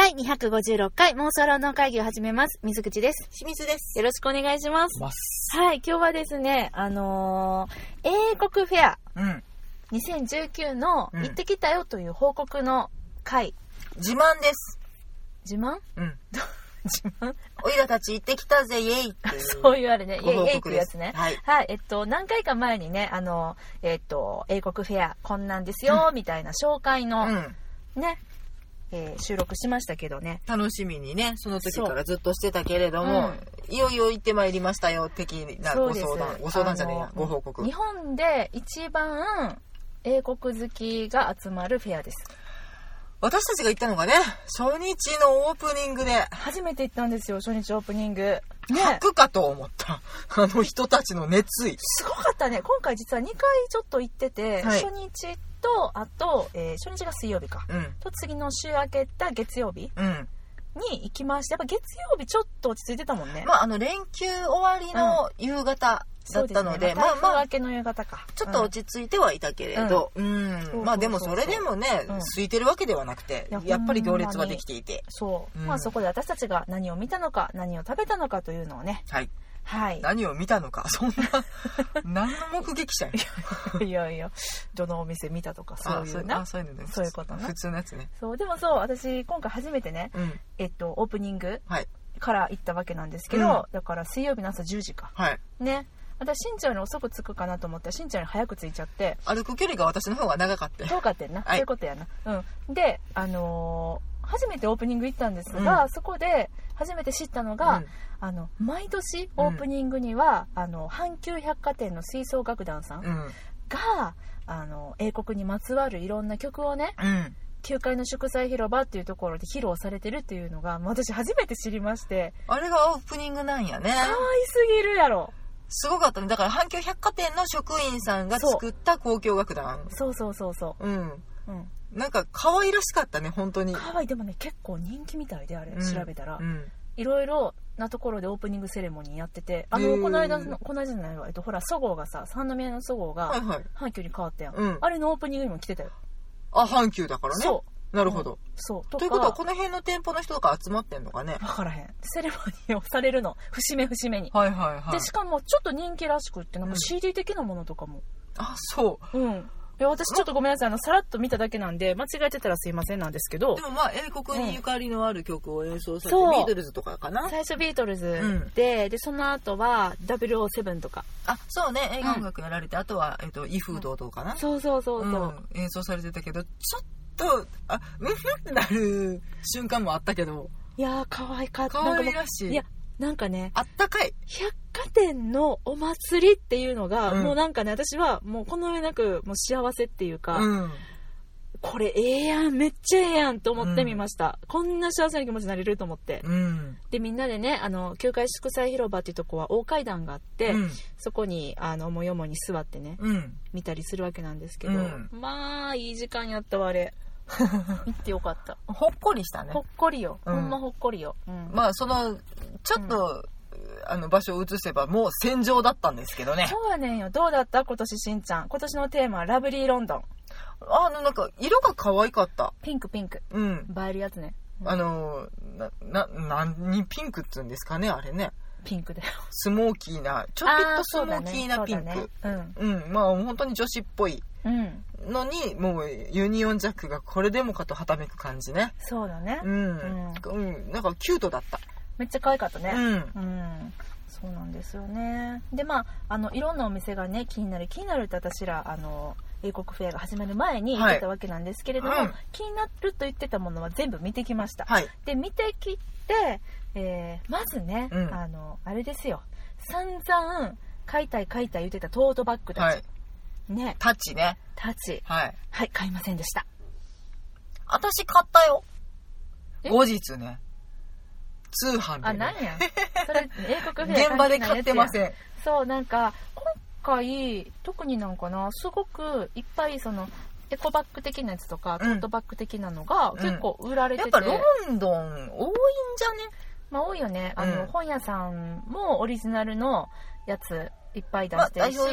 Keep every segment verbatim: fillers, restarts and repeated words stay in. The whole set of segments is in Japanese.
第にひゃくごじゅうろっかい妄想論の会議を始めます。水口です。 清水です。 よろしくお願いします。はい、今日はですね、あのー、英国フェア、うん、にせんじゅうきゅうの行ってきたよという報告の会。 うん、自慢です。 自慢？ うん。 自慢？ おいらたち行ってきたぜイエイっていうそういうあれね、イエイイエイっていうやつね。 はい、 はい、えっと何回か前にね、あのえっと英国フェアこんなんですよ、うん、みたいな紹介の、うん、ね、えー、収録しましたけどね。 楽しみにね、その時からずっとしてたけれども、うん、いよいよ行ってまいりましたよ的なご相談、ご相談じゃねえや、ご報告。 日本で一番英国好きが集まるフェアです。 私たちが行ったのがね、初日のオープニングで初めて行ったんですよ。初日オープニング、ね、 吐くかと思ったあの人たちの熱意すごかったね。今回実はにかいちょっと行ってて、はい、初日とあと、えー、初日が水曜日か、うん、と次の週明けた月曜日、うん、に行きまして、やっぱ月曜日ちょっと落ち着いてたもんね。 まああの連休終わりの夕方、うんだったので、 まあまあ、明けの夕方か。 ちょっと落ち着いてはいたけれど、うん。うん、まあでもそれでもね、うん、空いてるわけではなくて、やっぱり行列はできていて。 そう。うん、まあそこで私たちが何を見たのか、何を食べたのかというのをね。 はい。 はい。 何を見たのか、そんな、何の目撃者やいやいや、どのお店見たとか、そういうな。 あ、そういうのね。 そういうことな。 普通のやつね。 そう、でもそう、私今回初めてね、うん、えっと、オープニングから行ったわけなんですけど、うん、だから水曜日の朝じゅうじか。 はい。 ね。私しんちゃんより遅く着くかなと思ったらしんちゃんより早く着いちゃって、 歩く距離が私の方が長かった遠かったよな、はい、そういうことやな。うんで、あのー、初めてオープニング行ったんですが、うん、そこで初めて知ったのが、うん、あの毎年オープニングには、うん、あの阪急百貨店の吹奏楽団さんが、うん、あの英国にまつわるいろんな曲をね、うんきゅうかいの祝祭広場っていうところで披露されてるっていうのが私初めて知りまして、 あれがオープニングなんやね。 可愛すぎるやろ。 すごかったね。だから阪急百貨店の職員さんが作った交響楽団。 そうそうそうそううん、うん、なんか可愛らしかったね。本当に可愛い。でもね結構人気みたいで、あれ、うん、調べたら、うん、いろいろなところでオープニングセレモニーやってて、あのこの間のこの間じゃないわ、えっとほらそごうがさ、三宮のそごうが阪急に変わったやん、はいはい、あれのオープニングにも来てたよ。 あ、阪急だからね。そうなるほど、うん、 そうということはこの辺の店舗の人とか集まってんのかね。 分からへん。セレモニーをされるの、節目節目に。 はいはいはい。 でしかもちょっと人気らしくって、なんか シーディー 的なものとかも、うん、 あ、そう。 うん。いや私ちょっとごめんなさい、あのさらっと見ただけなんで間違えてたらすいませんなんですけど、 でもまあ英国にゆかりのある曲を演奏されて、うん、ビートルズとかかな。 最初ビートルズで、うん、でその後はダブルオーセブンとか。 あ、そうね、映画音楽やられて、うん、あとはえっとイフードとかな、うん、 そうそうそうそう、 うん、演奏されてたけど、ちょっととあうんふんってなる瞬間もあったけど、 いやー可愛かった。 可愛らしい。 いやなんかね、 あったかい百貨店のお祭りっていうのが、うん、もうなんかね、私はもうこの上なくもう幸せっていうか、うん、これええやん、めっちゃええやんと思ってみました、うん、こんな幸せな気持ちになれると思って、うん、でみんなでね、あのきゅうかい祝祭広場っていうとこは大階段があって、うん、そこにあのもよもに座ってね、うん、見たりするわけなんですけど、うん、まあいい時間やったわあれ行ってよかった。 ほっこりしたね。 ほっこりよ、うん、ほんまほっこりよ、うん、 まあそのちょっと、うん、あの場所を移せばもう戦場だったんですけどね。 そうやねんよ。どうだった今年しんちゃん。今年のテーマはラブリーロンドン。 あのなんか色が可愛かった。 ピンクピンク、うん、映えるやつね、うん、あのなな何ピンクっつうんですかね、あれね。 ピンクだよ。 スモーキーな、ちょっとスモーキーなピンク、ねうん、うん、まあ本当に女子っぽいのに、うん、もうユニオンジャックがこれでもかとはためく感じね。 そうだね、 うん、うん、なんかキュートだった。 めっちゃ可愛かったね。うん、うん、そうなんですよね。でまああのいろんなお店がね気になる気になるって私らあの英国フェアが始まる前に言ってたわけなんですけれども、はいうん、気になると言ってたものは全部見てきました、はい、で見てきて、えー、まずね、うん、あのあれですよ、散々買いたい買いたい言ってたトートバッグたち、はい、ね、 タッチね、 タッチ、 はい、 はい、買いませんでした。 私買ったよ。後日ね、通販で、ね、 あ、なんやそれ英国フェア現場で買ってません。 そう、なんか今回特になんかな、すごくいっぱいそのエコバッグ的なやつとか、トートバッグ的なのが結構売られてて、 うん、やっぱロンドン多いんじゃね。 まあ多いよね。あの、うん、本屋さんもオリジナルのやついっぱい出してるし、まあ、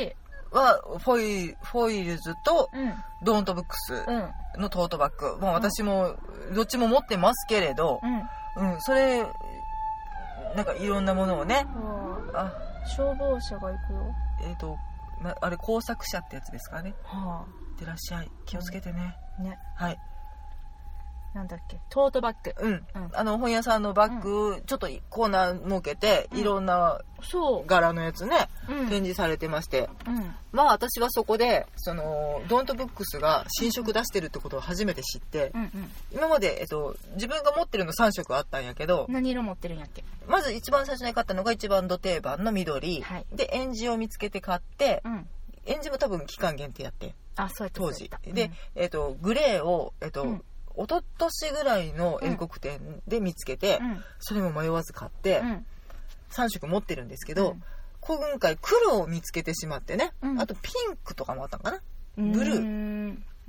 はフォイ、フォイルズとドーントブックスのトートバッグ、うん、まあ私もどっちも持ってますけれど、うん、うん、それなんかいろんなものをね、 あ、消防車が行くよ。 えっとなあれ工作車ってやつですかね。はあ、いってらっしゃい、気をつけてね。 うん、ね、 はい。 なんだっけ、トートバッグ、 うん、うん、あの本屋さんのバッグ、うん、ちょっとコーナー設けて、うん、いろんな柄のやつね、うん、展示されてまして、うん、まあ私はそこでそのドーントブックスが新色出してるってことを初めて知って、うんうん、今まで、えっと、自分が持ってるのさん色あったんやけど、 何色持ってるんやっけ。 まず一番最初に買ったのが一番ド定番の緑、はい、でエンジを見つけて買って、うん、エンジも多分期間限定やって、 あ、そうやった当時、 うん、 で、えっと、グレーを、えっと、うん一昨年ぐらいの英国店で見つけて、うん、それも迷わず買って、うん、さん色持ってるんですけど、うん、今回黒を見つけてしまってね、うん、あとピンクとかもあったのかな、ブルー、うんうん、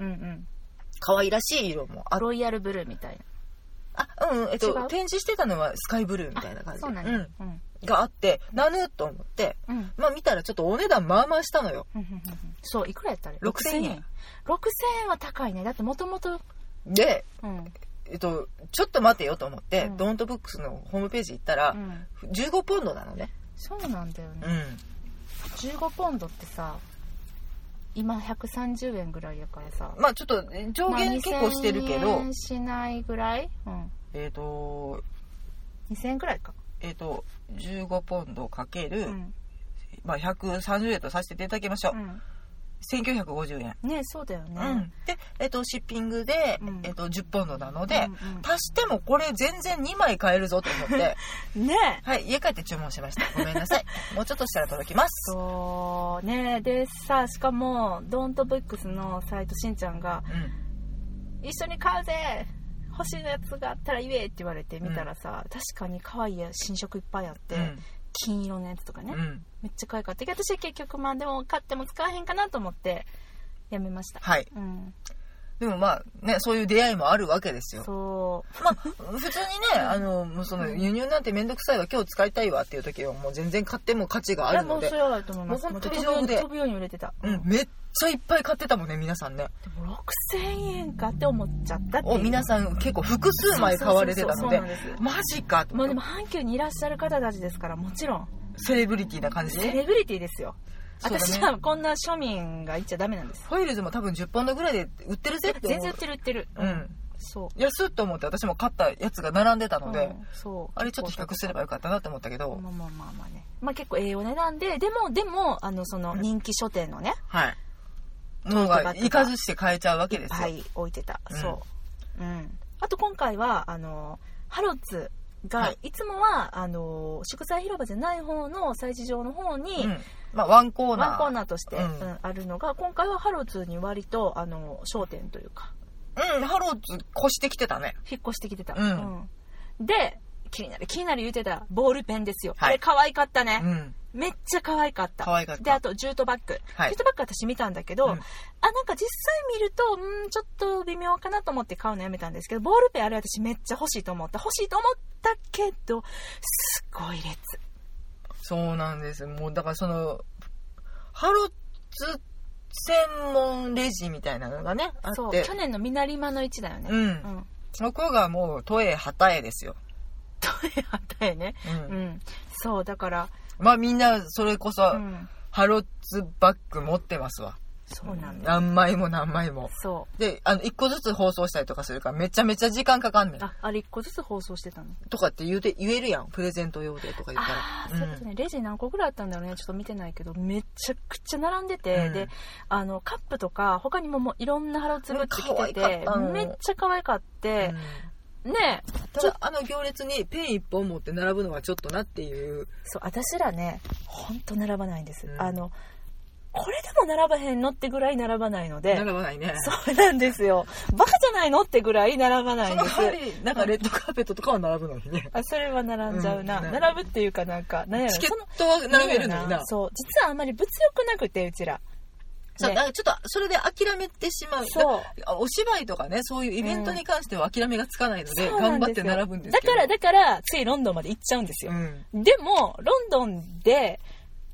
可愛らしい色もあ、 ロイヤルブルーみたいな、あ、うん、えっと展示してたのはスカイブルーみたいな感じ、そうなんだ、うんうん、があってなぬと思って、うん、まあ見たらちょっとお値段まあまあしたのよ、うんうんうん、 そう、いくらやったらろくせんえん。 ろくせんえんは高いね。だってもともとで、うん、えっと、ちょっと待てよと思って、うん、ドーントブックスのホームページ行ったら、うん、じゅうごポンドなのね。 そうなんだよね、うん、じゅうごポンドってさ、今ひゃくさんじゅうえんぐらいやからさ、 まあちょっと上限結構してるけど、まあ、 にせんえんしないぐらい、うん、 えっとにせんえんぐらいか。 えっとじゅうごポンドかける、うん、まあひゃくさんじゅうえんとさせていただきましょう、うん、せんきゅうひゃくごじゅうえんね。そうだよね、 うん、で、えっと、シッピングで、うん、えっと、じゅっポンドなので、うんうん、足してもこれ全然にまい買えるぞと思ってね、 はい、家帰って注文しました。ごめんなさいもうちょっとしたら届きます。 そうね。でさ、しかもドーントブックスのサイト、しんちゃんが、うん、一緒に買うぜ、欲しいやつがあったら言えって言われて見たらさ、うん、確かに可愛い新色いっぱいあって、うん、金色のやつとかね、うん、めっちゃ可愛かったけど、私は結局まあでも買っても使わへんかなと思ってやめました。 はい、うん、でもまあね、そういう出会いもあるわけですよ。 そうまあ普通にね、あのもうその輸入なんてめんどくさいわ、今日使いたいわっていう時はもう全然買っても価値があるので、 いやもうそれはあると思います。 もう本当に丈夫で飛ぶように売れてた、 うん、めっちゃいっぱい買ってたもんね皆さんね。 でもろくせんえんかって思っちゃったっていう。 お皆さん結構複数枚買われてたので、マジかと。 もうでも阪急にいらっしゃる方たちですから、もちろんセレブリティな感じで、 セレブリティですよ。私はこんな庶民が言っちゃダメなんです。 フォイルズも多分じゅっポンドぐらいで売ってるぜって思う。 全然売ってる売ってる、うん、 そう安っと思って私も買ったやつが並んでたので、うん、そうあれちょっと比較すればよかったなって思ったけど、 まあまあまあまあね、まあ結構ええお値段で、でもでもあのその人気書店のね、 うん、はいのが行かずして買えちゃうわけですよ。 はい置いてた、うん、そう、うん、あと今回はあのハロッズが、はい、いつもはあの祝祭広場じゃない方の催事場の方に、うん、まあ、ワンコーナーワンコーナーとして、うんうん、あるのが、今回はハロッズに割とあの商店というか、 うん、ハロッズ越してきてたね。 引っ越してきてた、うんうん、で気になる気になる言うてたボールペンですよ、はい、あれ可愛かったね、うん、めっちゃ可愛かった。 可愛かった。 であとジュートバッグ、はい、ジュートバッグ私見たんだけど、うん、あなんか実際見るとうんちょっと微妙かなと思って買うのやめたんですけど、ボールペンあれ私めっちゃ欲しいと思った欲しいと思ったけどすごい列。 そうなんです。もうだからそのハロッズ専門レジみたいなのがねあって、 そう去年のミナリマの市だよね。うん、うん、 そこがもう都営旗絵ですよ。 都営旗絵ね、うん、うん、そうだからまあみんなそれこそ、うん、ハロッズバッグ持ってますわ。 そうなんだ、何枚も何枚も。 そうであのいっこずつ包装したりとかするからめちゃめちゃ時間かかんねん。 ああれいっこずつ包装してたのとかって言うて言えるやん、プレゼント用でとか言ったら。 あ、うん、そういうことね。レジ何個ぐらいあったんだろうね、ちょっと見てないけどめちゃくちゃ並んでて、うん、であのカップとか他にももういろんなハロッズグッズ来ててめっちゃ可愛かって、うん、ねえただあの行列にペンいっぽん持って並ぶのはちょっとなっていう。 そう私らねほんと並ばないんです、うん、あのこれでも並ばへんのってぐらい並ばないので。 並ばないね。 そうなんですよ。バカじゃないのってぐらい並ばないんです。 その代わりなんかレッドカーペットとかは並ぶのにね。 あそれは並んじゃうな、うん、並ぶっていうかなんか何やろ、 チケットは並べるのにな。 そう実はあんまり物欲なくてうちら。 そう、ね、ちょっとそれで諦めてしまう。そうお芝居とかねそういうイベントに関しては諦めがつかないので、うん、頑張って並ぶんですけど。 だからだからついロンドンまで行っちゃうんですよ。うん、でもロンドンで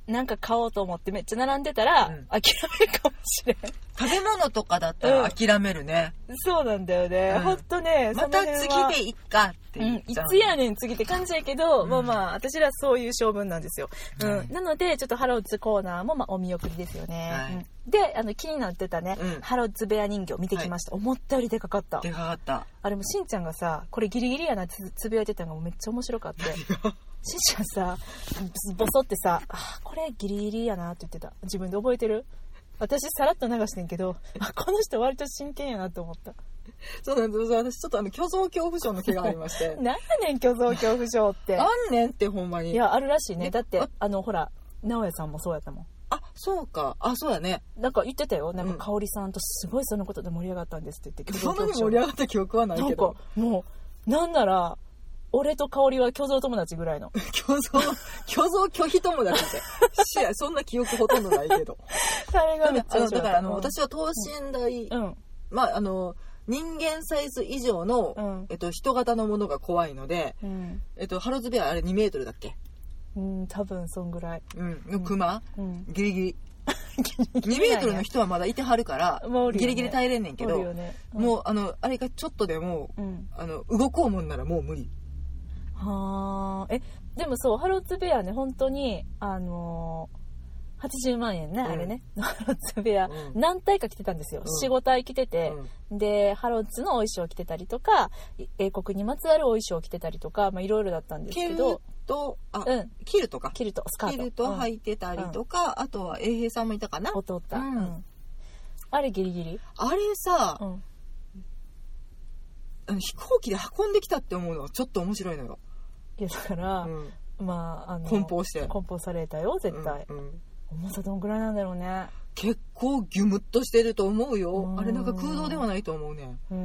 なんか買おうと思ってめっちゃ並んでたら、うん、諦めるかもしれん。 食べ物とかだったら諦めるね、 うん、そうなんだよね、うん、ほんとね。 また次でいっかって言っちゃう、 うん、いつやねん次って感じやけど、うん、まあまあ私らそういう性分なんですよ、うん、うん、なのでちょっとハロッズコーナーもまあお見送りですよね、はい、うん、であの気になってたね、うん、ハロッズベア人形見てきました、はい、思ったよりでかかった。 でかかった。 あれもしんちゃんがさこれギリギリやなってつぶやいてたのがめっちゃ面白かった。しんちゃんさボソってさあこれギリギリやなって言ってた。自分で覚えてる？私さらっと流してんけどあこの人割と真剣やなと思った。 そうなんです。私ちょっとあの虚像恐怖症の毛がありまして何やねん虚像恐怖症ってあんねんってほんまに。 いやあるらしいね。だってあのほら直哉さんもそうやったもん。 あそうか。あそうやね。 なんか言ってたよ。なんか香織さんとすごいそのことで盛り上がったんですって言って、 そんなに盛り上がった記憶はないけど、 なんかもうなんなら俺と香織は虚像友達ぐらいの虚像虚像拒否友達ってしやそんな記憶ほとんどないけどあれがめっちゃ面白かった。 だからあの、うん、私は等身大、うん、まああの人間サイズ以上の、うん、えっと、人型のものが怖いので、うん、えっと、ハロズベアあれにメートルだっけ、 うん、多分そんぐらい、 うん、のクマ、うん、ギリギリにメートルの人はまだいてはるから、ね、ギリギリ耐えれんねんけど、ね、うん、もうあのあれがちょっとでも、うん、あの動こうもんならもう無理。 はあ。えでもそうハロッズベアね本当にあのー、はちじゅうまんえんね、うん、あれねハロッズベア、うん、何体か着てたんですよ、うん、よん、ごたい着てて、うん、でハロッズのお衣装着てたりとか英国にまつわるお衣装着てたりとかいろいろだったんですけど、 とあ、うん、キルトかキルトスカートキルト履いてたりとか、うん、あとは衛兵さんもいたかな。 おとった、うんうん、あれギリギリあれさ、うん、あの飛行機で運んできたって思うのはちょっと面白いのよ。 いやだから、うん、まああの梱包して梱包されたよ絶対、うんうん、重さどんぐらいなんだろうね。 結構ギュムッとしてると思うよ。あれなんか空洞ではないと思うね。うん、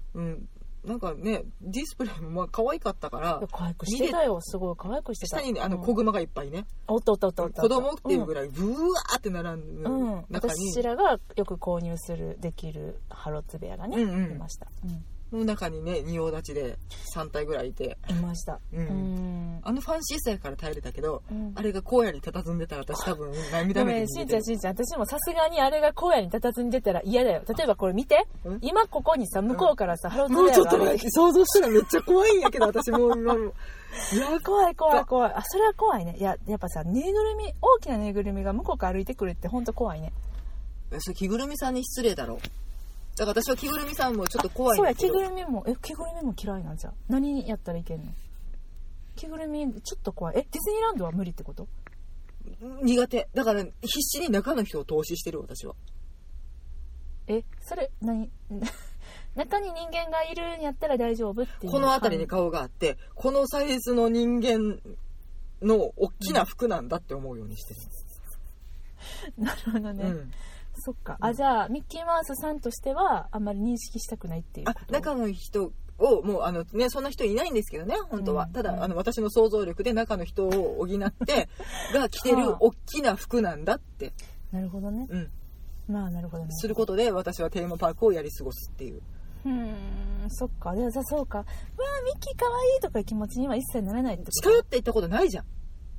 うん、なんかねディスプレイもまあ可愛かったから可愛くしてたよ。すごい可愛くしてた。 下に、ね、あの小熊がいっぱいね、 うん、おっとおっとおっとおっと子供っていうぐらいブワーって並んで、うん、 中に私らがよく購入するできるハロッズベアがね、うんうん、いました、うんの中にね仁王立ちでさんたいぐらいいていました、うん、うんあのファンシーさやから耐えれたけど、うん、あれが荒野に佇んでたら私多分涙目にしんちゃんしんちゃん私もさすがにあれが荒野に佇んでたら嫌だよ。例えばこれ見て、うん、今ここにさ向こうからさ、うん、ハロッズベアがある。 想像したらめっちゃ怖いんやけど私もういや怖い怖い怖い。あそれは怖いね。いややっぱさぬいぐるみ大きなぬいぐるみが向こうから歩いてくるって本当怖いね。 それ着ぐるみさんに失礼だろう。だから私は着ぐるみさんもちょっと怖いんだけど。 そうや着ぐるみもえ着ぐるみも嫌いなんじゃ。何やったらいけんの？着ぐるみちょっと怖い。えディズニーランドは無理ってこと？ 苦手だから必死に中の人を投資してる私は。 えそれ何中に人間がいるんやったら大丈夫っていう。 この辺りに顔があってこのサイズの人間の大きな服なんだって思うようにしてる、 うん、なるほどね、うん、そっか。あじゃあミッキーマウスさんとしてはあんまり認識したくないっていうこと。 あ中の人をもうあのねそんな人いないんですけどね本当は、うん、ただあの私の想像力で中の人を補ってが着てる大きな服なんだってなるほどね、うん、まあなるほどねすることで私はテーマパークをやり過ごすっていう。 うーんそっか。でもさそうかわあミッキーかわいいとかいう気持ちには一切ならないってこと。 近寄っていったことないじゃん。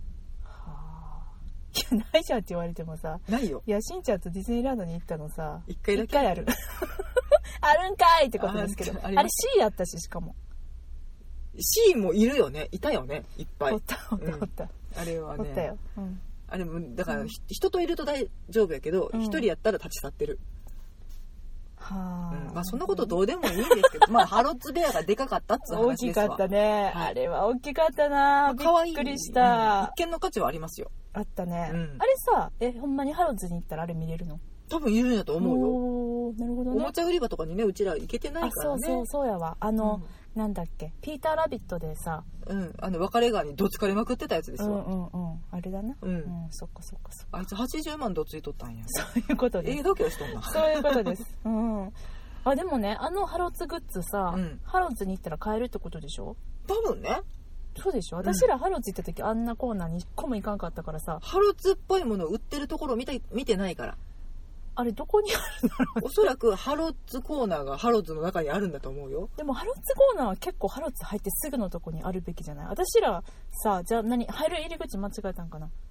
いやないじゃんって言われてもさないよ。 いやしんちゃんとディズニーランドに行ったのさ一回だけ一回あるあるんかいってことですけど あ, あれ C やったししかも C もいるよね。いたよねいっぱい。 おったおったおった、 うん、あれはねおったよ、うん、 あれもだから、うん、人といると大丈夫やけど一、うん、人やったら立ち去ってる。はあ、うん、まあそんなことどうでもいいんですけどまあハロッズベアがでかかったっつう話ですわ。 大きかったね、はい、あれは大きかったな。びっくりした、 うん、一見の価値はありますよ。 あったね、うん、あれさえほんまにハロッズに行ったらあれ見れるの？ 多分いるんやと思うよ。 おなるほどね。 おもちゃ売り場とかにねうちら行けてないからね。 あそうそうそうやわあの、うん、なんだっけピーターラビットでさ、 うん、あの別れ川にどつかれまくってたやつですよ。 うんうんうんあれだな、うん、うん、そっかそっかそっか。 あいつはちじゅうまんどついとったんや。 そういうことです。 ええ度胸しとんな。 そういうことですうんあでもねあのハロッズグッズさ、うん、ハロッズに行ったら買えるってことでしょ？ 多分ね。 そうでしょ。私らハロッズ行った時、うん、あんなコーナーにいっこも行かんかったからさ。 ハロッズっぽいものを売ってるところを見て、見てないから。 あれどこにあるんだろう、ね、 おそらくハロッズコーナーがハロッズの中にあるんだと思うよ。 でもハロッズコーナーは結構ハロッズ入ってすぐのとこにあるべきじゃない？私らさじゃあ何入る入り口間違えたんかな。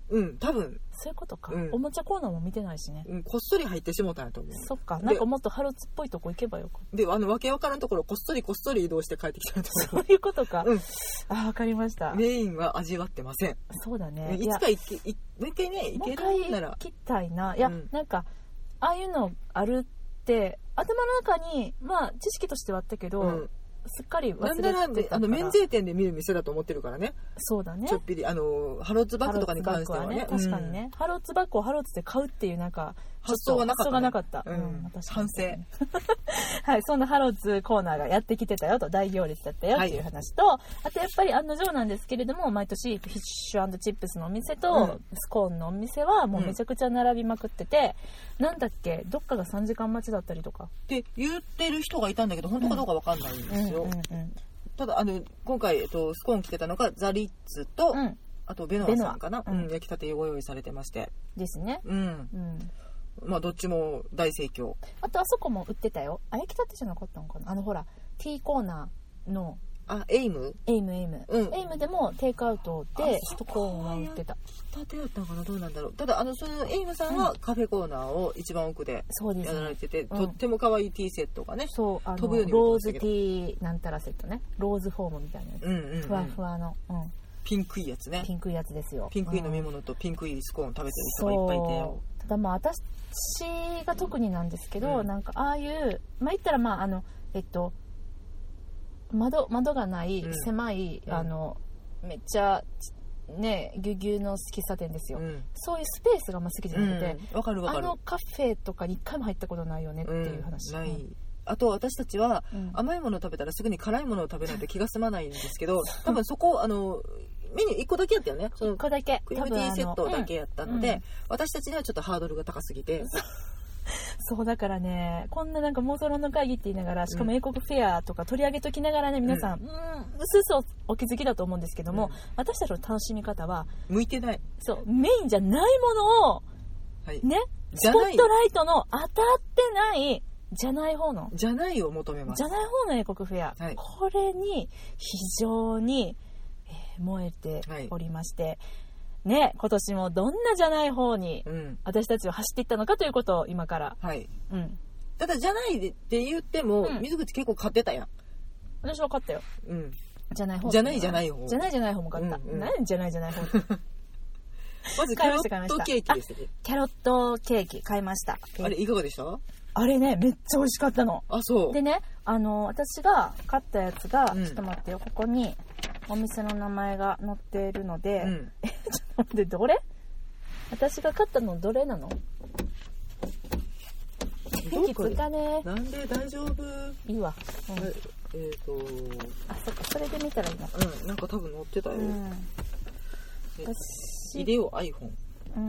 うん多分そういうことか、 うん、 おもちゃコーナーも見てないしね、 うん、こっそり入ってしもたんやと思う。 そっか、なんかもっとハロツっぽいとこ行けばよかであのわけわからんところこっそりこっそり移動して帰ってきたんやと思う。そういうことか、 うん、 あわかりました。 メインは味わってません。 そうだね、 いつか行けいもう一回ね行けるなら行きたいな。いや、うん、なんかああいうのあるって頭の中にまあ知識としてはあったけど、うん、すっかり忘れてたから。なんならあの免税店で見る店だと思ってるからね。 そうだね。 ちょっぴりあのハローツバッグとかに関してはね、 はね確かにね、うん、ハローツバッグをハローツで買うっていうなんか発想がなかった、ね、 発想がなかった、 うんうん、反省はい、そんなハローツコーナーがやってきてたよと、大行列だったよっていう話と、はい、あとやっぱり案の定なんですけれども、毎年フィッシュ&チップスのお店とスコーンのお店はもうめちゃくちゃ並びまくってて、うん、なんだっけどっかがさんじかん待ちだったりとかって言ってる人がいたんだけど本当かどうか分かんないんですよ。ただあの今回、えっと、スコーン来てたのがザリッツと、うん、あとベノアさんかな、うん、焼きたてご用意されてましてですね、 うんうん、まあどっちも大盛況。 あとあそこも売ってたよ。あ、焼きたてじゃなかったのかな、あのほら T コーナーのあエイムエイムエイム、うん、エイムでもテイクアウトでストコーンは売ってた。 焼きたてやったのかな、どうなんだろう。ただあのそのエイムさんはカフェコーナーを一番奥でやられてて、うん、とっても可愛いティーセットがね、 そうあの飛ぶようにローズティーなんたらセットね、ローズフォームみたいなやつ、うんうんうん、ふわふわの、うん、 ピンクいやつね。 ピンクいやつですよ。 ピンクい飲み物とピンクいスコーン食べてる人がいっぱいいてよ。 ただまあ私が特になんですけど、うん、なんかああいうまあ言ったらまああのえっと窓窓がない狭い、うん、あのめっちゃねぎゅうぎゅうの喫茶店ですよ、うん、そういうスペースがあんま好きじゃなくて、 うん、わかるわかる。 あのカフェとかに一回も入ったことないよねっていう話、 うん、ない。あと私たちは甘いものを食べたらすぐに辛いものを食べないと気が済まないんですけど、多分そこあのメニューいっこだけやったよね。そのいっこだけクリームティーセットだけやったので、うん、私たちにはちょっとハードルが高すぎてそうだからね、こんななんか妄想論の会議って言いながら、しかも英国フェアとか取り上げときながらね、皆さん、うん、うすうすお気づきだと思うんですけども、うん、私たちの楽しみ方は向いてない。 そうメインじゃないものを、はい、ねスポットライトの当たってないじゃない方のじゃないを求めます。 じゃない方の英国フェア、はい、これに非常に、えー、燃えておりまして、はいね、今年もどんなじゃない方に私たちは走っていったのかということを今から、 はい、うん、ただじゃないって言っても、うん、水口結構買ってたやん。 私は買ったよ、うん、じゃない方じゃないじゃない方じゃないじゃない方も買った、うんうん、何じゃないじゃない方まずキャロットケーキですね。 キャロットケーキ買いました。 あれいかがでした？ あれねめっちゃ美味しかったの。 あ、そうでね、あの私が買ったやつが、うん、ちょっと待ってよ、ここにお店の名前が載っているので、うん、えちょっと待って、どれ？私が買ったのどれなの？気づかね。 なんで大丈夫？ いいわ。 うん、ええー、とあ、そっか、それで見たらいいの。 うん、なんか多分載ってたよ。うん、私入れよう iPhone。うん。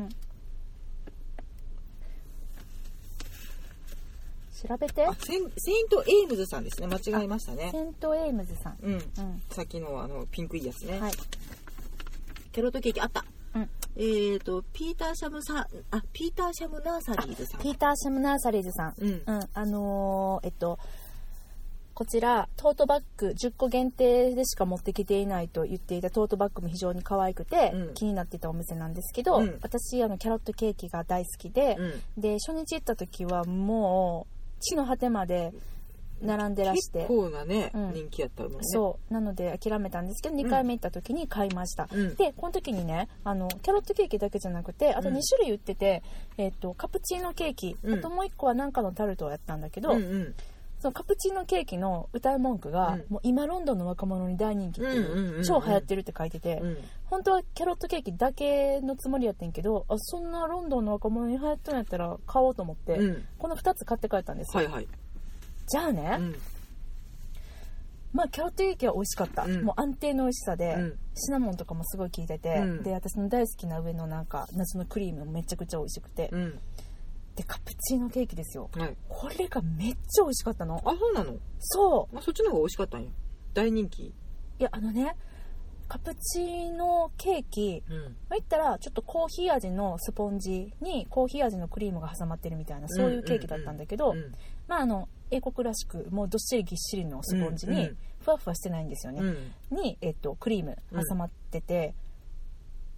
調べて。 あ、セン、セイントエイムズさんですね。間違えましたね。 セイントエイムズさん。 うん。うん、さっきのあのピンクいいやつね。 はい。 キャロットケーキあった。うん、えーとピーターシャムサあピーターシャムナーサリーズさん。 ピーターシャムナーサリーズさん。うん。うん、あのー、えっとこちらトートバッグじゅっこ限定でしか持ってきていないと言っていたトートバッグも非常に可愛くて、うん、気になっていたお店なんですけど、うん、私あのキャロットケーキが大好きで、うん、で初日行った時はもう地の果てまで並んでらして結構なね、うん、人気やったもんね。 そうなので諦めたんですけどにかいめ行った時に買いました、うん、でこの時にねあのキャロットケーキだけじゃなくてあとに種類売ってて、うん、えー、とカプチーノケーキ、うん、あともういっこは何かのタルトをやったんだけど、うんうん、そのカプチーノケーキの歌う文句が、うん、もう今ロンドンの若者に大人気っていう、うんうんうん、超流行ってるって書いてて、うん、本当はキャロットケーキだけのつもりやってんけど、あそんなロンドンの若者に流行ってるんやったら買おうと思って、うん、このふたつ買って帰ったんですよ、はいはい、じゃあね、うん、まあキャロットケーキは美味しかった、うん、もう安定の美味しさで、うん、シナモンとかもすごい効いてて、うん、で私の大好きな上のなんか夏のクリームもめちゃくちゃ美味しくて、うん、でカプチーノケーキですよ、はい、これがめっちゃ美味しかったの。 あ、そうなの？ そう、 まあ、そっちの方が美味しかったんや。大人気？いやあのねカプチーノケーキ、うん、まあ、言ったらちょっとコーヒー味のスポンジにコーヒー味のクリームが挟まってるみたいなそういうケーキだったんだけど、うんうんうん、まああの英国らしくもうどっしりぎっしりのスポンジにふわふわしてないんですよね、うん、に、えっと、クリーム挟まってて、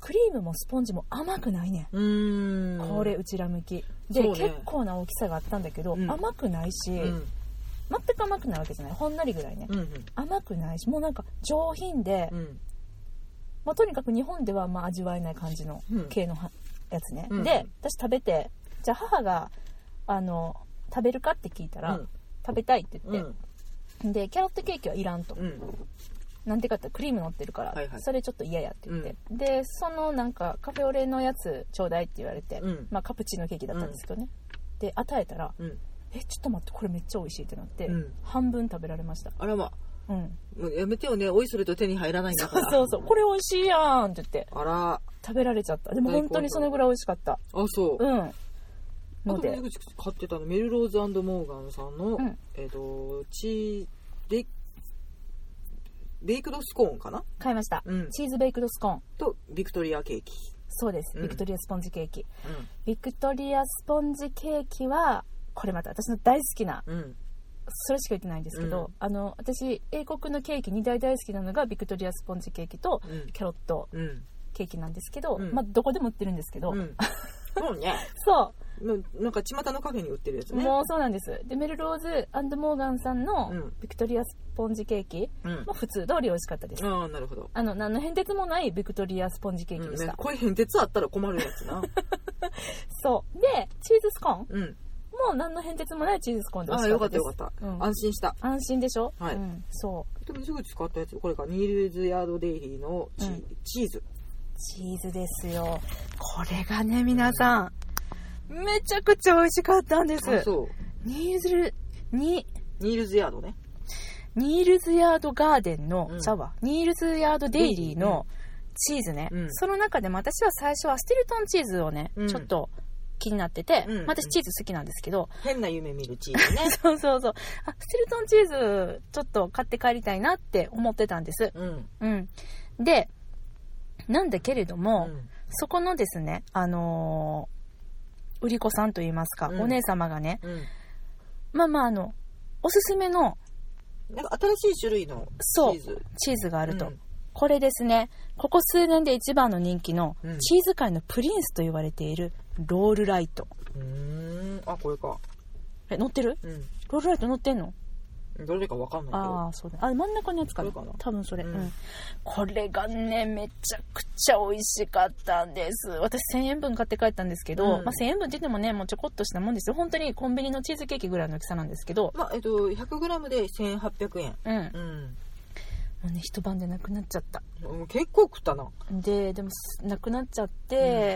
クリームもスポンジも甘くないねん。うーん、これうちら向きで、ね、結構な大きさがあったんだけど、うん、甘くないし、うん、全く甘くないわけじゃない、ほんのりぐらいね、うんうん、甘くないし、もうなんか上品で、うん、まあ、とにかく日本ではまあ味わえない感じの系のやつね、うん、で私食べて、じゃあ母があの食べるかって聞いたら、うん、食べたいって言って、うん、でキャロットケーキはいらんと、うん、なんでかってクリーム乗ってるから、はいはい、それちょっと嫌やって言って、うん、でそのなんかカフェオレのやつちょうだいって言われて、うん、まあ、カプチーノケーキだったんですけどね、うん、で与えたら、うん、えちょっと待ってこれめっちゃ美味しいってなって、うん、半分食べられました。 あらま、うん、もうやめてよね、おいそれと手に入らないんだからそうそう、これ美味しいやんって言ってあら食べられちゃった。でも本当にそのぐらい美味しかった。 あ、そう、 うん。 ので、あと口買ってたのメルローズ&モーガンさんの、うん、えっ、ー、とチーベイベイクドスコーンかな、 買いました、うん、チーズベイクドスコーンとビクトリアケーキ。 そうです、うん、ビクトリアスポンジケーキ、うん、ビクトリアスポンジケーキはこれまた私の大好きな、うん、それしか言ってないんですけど、うん、あの私英国のケーキに大大好きなのがビクトリアスポンジケーキとキャロットケーキなんですけど、うん、まあ、どこでも売ってるんですけど、うん、 そうねそうなんか巷のカフェに売ってるやつね。 もうそうなんです。でメルローズ&モーガンさんのビクトリアスポンジケーキも普通通り美味しかったです、うん、 あ、なるほど。 あの何の変哲もないビクトリアスポンジケーキでした、うんね、 これ変哲あったら困るやつなそうでチーズスコーン、うん、もう何の変哲もないチーズスコーンで美味しかったです。 あ、よかったよかった、うん、安心した安心でしょ、 はい、うん、そうでもすぐ使ったやつこれか、ニールズヤードデイリーの チ,、うん、チーズチーズですよ。これがね皆さん、うん、めちゃくちゃ美味しかったんです。 あ、そう。 ニーズにニールズヤードね。 ニールズヤードガーデンの、うん、ちゃうわ、ニールズヤードデイリーのチーズね、うん、その中でも私は最初はスティルトンチーズをね、うん、ちょっと気になってて、うん、私チーズ好きなんですけど、 変な夢見るチーズねそうそうそう、あ、スティルトンチーズちょっと買って帰りたいなって思ってたんです、うんうん、でなんだけれども、うん、そこのですね、あのー、売り子さんといいますか、うん、お姉様がね、うん、まあまああのおすすめのなんか新しい種類のチーズ、 そうチーズがあると、うん、これですね、ここ数年で一番の人気の、うん、チーズ界のプリンスと言われているロールライト。 うーん、あ、これか。 え、乗ってる、うん、ロールライト乗ってんの？ どれか分かんないけど。 ああ、そうだ。あれ真ん中のやつかな。これかな。多分それ、うん。うん。これがね、めちゃくちゃ美味しかったんです。私せんえんぶん買って帰ったんですけど、うん、まあせんえんぶんって言ってもね、もうちょこっとしたもんですよ。本当にコンビニのチーズケーキぐらいの大きさなんですけど。 まあ、えっと、ひゃくグラム でせんはっぴゃくえん。うん。うん。 もうね、一晩でなくなっちゃった。 うん、結構食ったな。 で、でも、なくなっちゃって、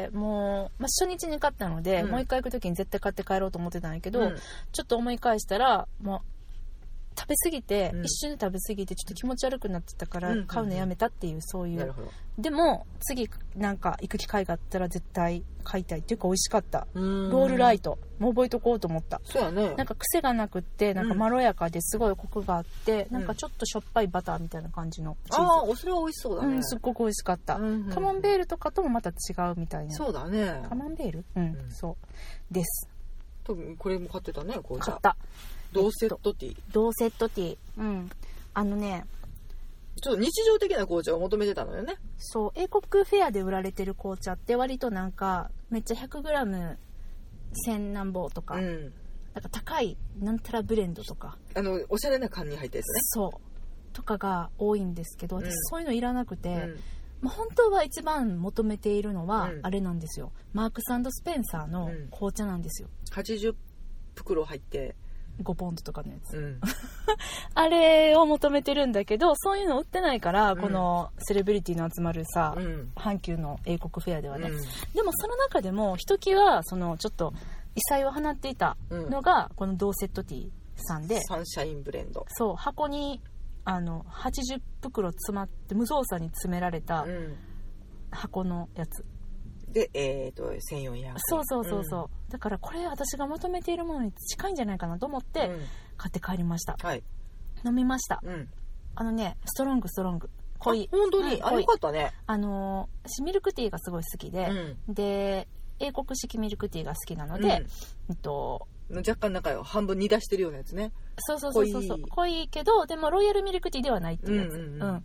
うん、もう、まあ、初日に買ったので、うん、もう一回行くときに絶対買って帰ろうと思ってたんやけど、うん、ちょっと思い返したら、もう、食べ過ぎて、うん、一瞬で食べ過ぎてちょっと気持ち悪くなってたから買うのやめたっていう、そういう、でも次なんか行く機会があったら絶対買いたいっていうか美味しかった。ロールライトもう覚えとこうと思った。 そうやね。 なんか癖がなくってなんかまろやかですごいコクがあって、うん、なんかちょっとしょっぱいバターみたいな感じのチーズ。 ああ、それは美味しそうだね。 うん、すっごく美味しかった、うんうん、カマンベールとかともまた違うみたいな。 そうだね。 カマンベール、うん、うん、そうです。 多分これも買ってたね、紅茶。 買った。 同セットティー、 同セットティー、うん、あのね、 ちょっと日常的な紅茶を求めてたのよね。 そう、英国フェアで売られてる紅茶って割となんかめっちゃ ひゃくグラムせんなんぼとか、うん、なんか高いなんたらブレンドとか、 あのおしゃれな缶に入ったやつね。 そうとかが多いんですけど、私そういうのいらなくて、うん、まあ、本当は一番求めているのはあれなんですよ、うん、マークス&スペンサーの紅茶なんですよ。 はちじゅうふくろ入ってごポンドとかのやつ、うん、あれを求めてるんだけど、そういうの売ってないから、うん、このセレブリティの集まるさ、うん、阪急の英国フェアではね、うん、でもその中でもひときわそのちょっと異彩を放っていたのが、うん、このドーセットティーさんで、 サンシャインブレンド。 そう、箱にあのはちじゅっぷくろ詰まって無造作に詰められた箱のやつで、えーと、せんよんひゃくえん。 そうそうそうそう、うん、だからこれ私が求めているものに近いんじゃないかなと思って買って帰りました、うん、はい、飲みました、うん、あのね、ストロングストロング濃い。 本当に、うん、あ、よかったね。 あの私ミルクティーがすごい好きで、うん、で英国式ミルクティーが好きなので、うん、と若干中よ半分煮出してるようなやつね。 そうそうそうそう、濃いけどでもロイヤルミルクティーではないっていうやつ、うんうんうん、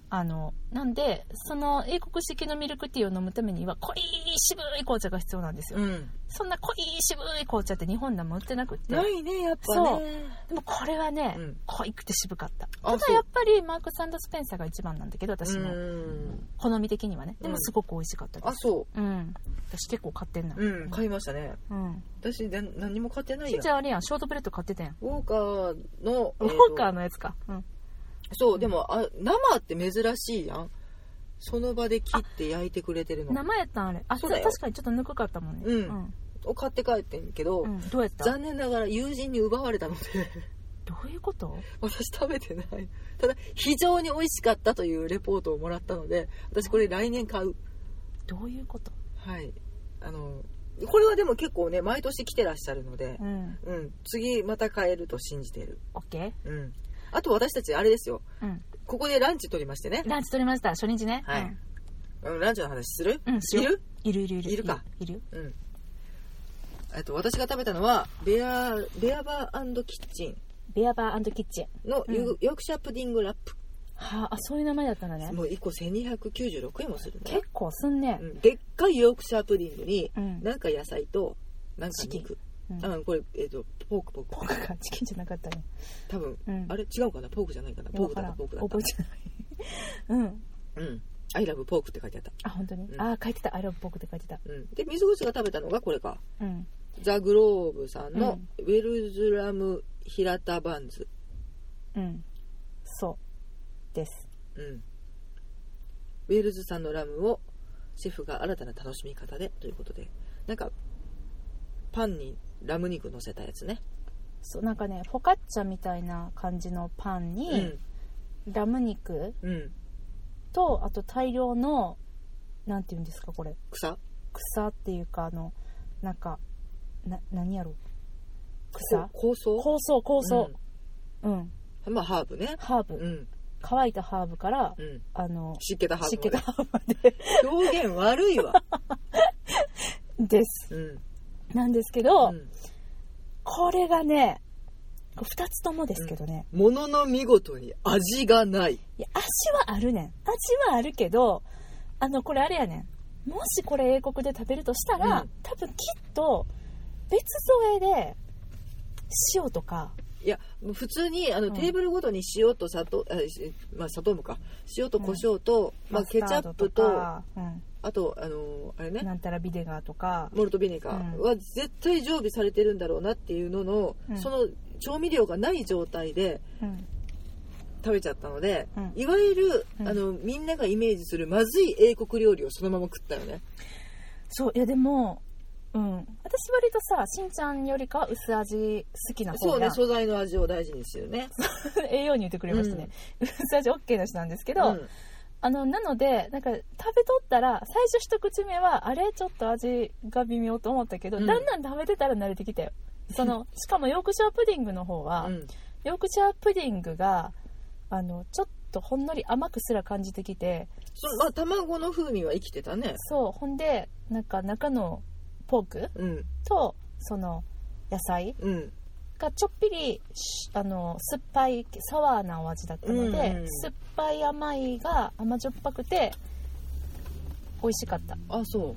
あのなんでその英国式のミルクティーを飲むためには濃い渋い紅茶が必要なんですよ、うん、そんな濃い渋い紅茶って日本でも売ってなくてないねやっぱね。 そうでもこれはね、うん、濃いくて渋かった。ただやっぱりマークス&スペンサーが一番なんだけど私の好み的にはね。でもすごく美味しかったです、うん、 あそう、 うん、私結構買ってんな、 うん、買いましたね、うん、私何も買ってないやん。 じゃああれやんショートブレッド買ってたやん。 ウォーカーの、 えー、ウォーカーのやつか、うん、 そう、うん、でもあ生って珍しいやん。その場で切って焼いてくれてるの。 生やったんあれ。あ、そう確かにちょっとぬくかったもんね。 うん。うん、を買って帰ってんけど、うん、 どうやった？ 残念ながら友人に奪われたので。 どういうこと？ 私食べてない。ただ非常に美味しかったというレポートをもらったので、私これ来年買う。 どういうこと？ はい。あのこれはでも結構ね毎年来てらっしゃるので、うん、うん、次また買えると信じている。 オッケー。 うん。あと私たちあれですよ。うん。ここでランチ取りましてね。 ランチ取りました初日ね。 はい。うん、ランチの話する？ うん、 いる？ いるいるいる。 いるか。 いる。 うん。えっと私が食べたのはベアベアバー&キッチン。 ベアバー&キッチンの、うん、ヨークシャープディングラップ。 はあ、あそういう名前だったんだね。 もういっこせんにひゃくきゅうじゅうろくえんもするね。 結構すんね。 うん、でっかいヨークシャープディングに、うん、なんか野菜となんか肉。うん、あこれ、えー、とポークポークポークかチキンじゃなかったね多分、うん、あれ違うかなポークじゃないかなポークだったポークだった覚えてないうんうんI love pork って書いてあった。 あ本当に、うん、あ書いてた I love pork って書いてた、 うん、で水口が食べたのがこれか、うん、ザ・グローブさんのウェルズラム平田バンズ。 うんそうです、 うん、ウェルズさんのラムをシェフが新たな楽しみ方でということでなんかパンにラム肉乗せたやつね。 そうなんかねフォカッチャみたいな感じのパンに、うん、ラム肉、うん、とあと大量のなんていうんですかこれ草草っていうかあのなんかな何やろ草香草香草香草うん、 うん、まあハーブねハーブ、うん、乾いたハーブから、うん、あの湿気たハーブ湿気たハーブまで表現悪いわです、うんなんですけど、うん、これがねふたつともですけどね、 うん、ものの見事に味がない。いや味はあるねん味はあるけどあのこれあれやねんもしこれ英国で食べるとしたら、うん、多分きっと別添えで塩とかいや普通にあの、うん、テーブルごとに塩と砂糖あ、まあ、砂糖もか塩と胡椒と、うんまあ、ケチャップと、うん、あとあのあれねなんたらビネガーとかモルトビネガーは絶対常備されてるんだろうなっていうのの、うん、その調味料がない状態で食べちゃったので、うん、いわゆる、うん、あのみんながイメージするまずい英国料理をそのまま食ったよね。 そういやでもうん、私割とさしんちゃんよりかは薄味好きな方がそうね素材の味を大事にしてるね栄養に言ってくれましたね、うん、薄味 OK な人なんですけど、うん、あのなのでなんか食べとったら最初一口目はあれちょっと味が微妙と思ったけど、うん、だんだん食べてたら慣れてきたよそのしかもヨークシャープディングの方は、うん、ヨークシャープディングがあのちょっとほんのり甘くすら感じてきてそ、まあ、卵の風味は生きてたね。 そうほんでなんか中のポーク、うん、とその野菜がちょっぴりあの酸っぱいサワーなお味だったので、うんうん、酸っぱい甘いが甘じょっぱくて美味しかった。 あそう、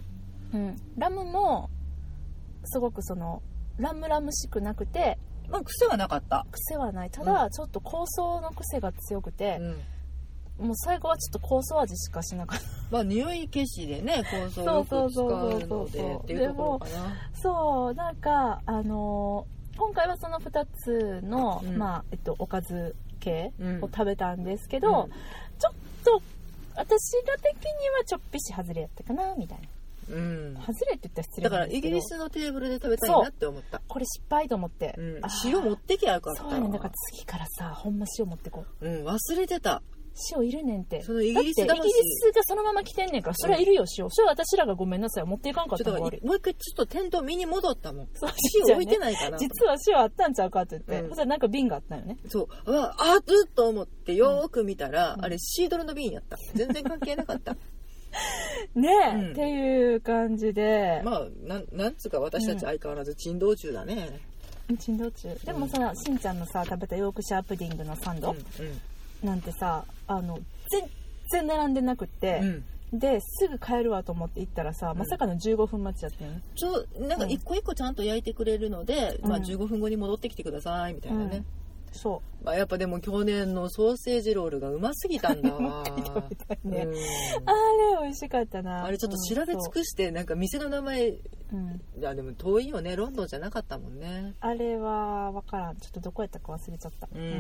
うん、ラムもすごくそのラムラムしくなくて、 まあ、癖はなかった。 癖はない。ただ、うん、ちょっと香草の癖が強くて、うん、もう最後はちょっと香草味しかしなかった。 まあ匂い消しでね香草をよく使うのでっていうところかな。 そうなんかあのー、今回はそのふたつの、うんまあえっと、おかず系を食べたんですけど、うん、ちょっと私ら的にはちょっぴし外れやったかなみたいな。うん、外れって言ったら失礼だからイギリスのテーブルで食べたいなって思った。 これ失敗と思って、 うん、塩持ってきゃよかった。 そうやねだから次からさほんま塩持ってこう。うん忘れてた。 塩いるねんって。 そのイギリスだってイギリスがそのまま来てんねんからそれはいるよ塩。それは私らがごめんなさい持っていかんかったのが悪い。 もう一回ちょっと店頭見に戻ったもん。そう塩置いてないかな。 実は塩あったんちゃうかって言って、うん、そしたらなんか瓶があったよね。 そうああずっと思ってよーく見たら、うん、あれシードルの瓶やった。全然関係なかった。 ねえ、うん、っていう感じでまあな ん, なんつうか私たち相変わらず珍道中だね、 うん、珍道中でもさ、うん、しんちゃんのさ食べたヨークシャープディングのサンド、うんうん、なんてさあの全然並んでなくって、うんですぐ帰るわと思って行ったらさ、うん、まさかのじゅうごふん待ちだったよね。 ちょなんか一個一個ちゃんと焼いてくれるので、うん、まあ、じゅうごふんごに戻ってきてくださいみたいなね、うん、 そう、 まあ、やっぱでも去年のソーセージロールがうますぎたんだわね、うん、あれ美味しかったな。 あれちょっと調べ尽くして、なんか店の名前、うん、いやでも遠いよね、ロンドンじゃなかったもんね。 あれは分からん、ちょっとどこやったか忘れちゃった、うんうん、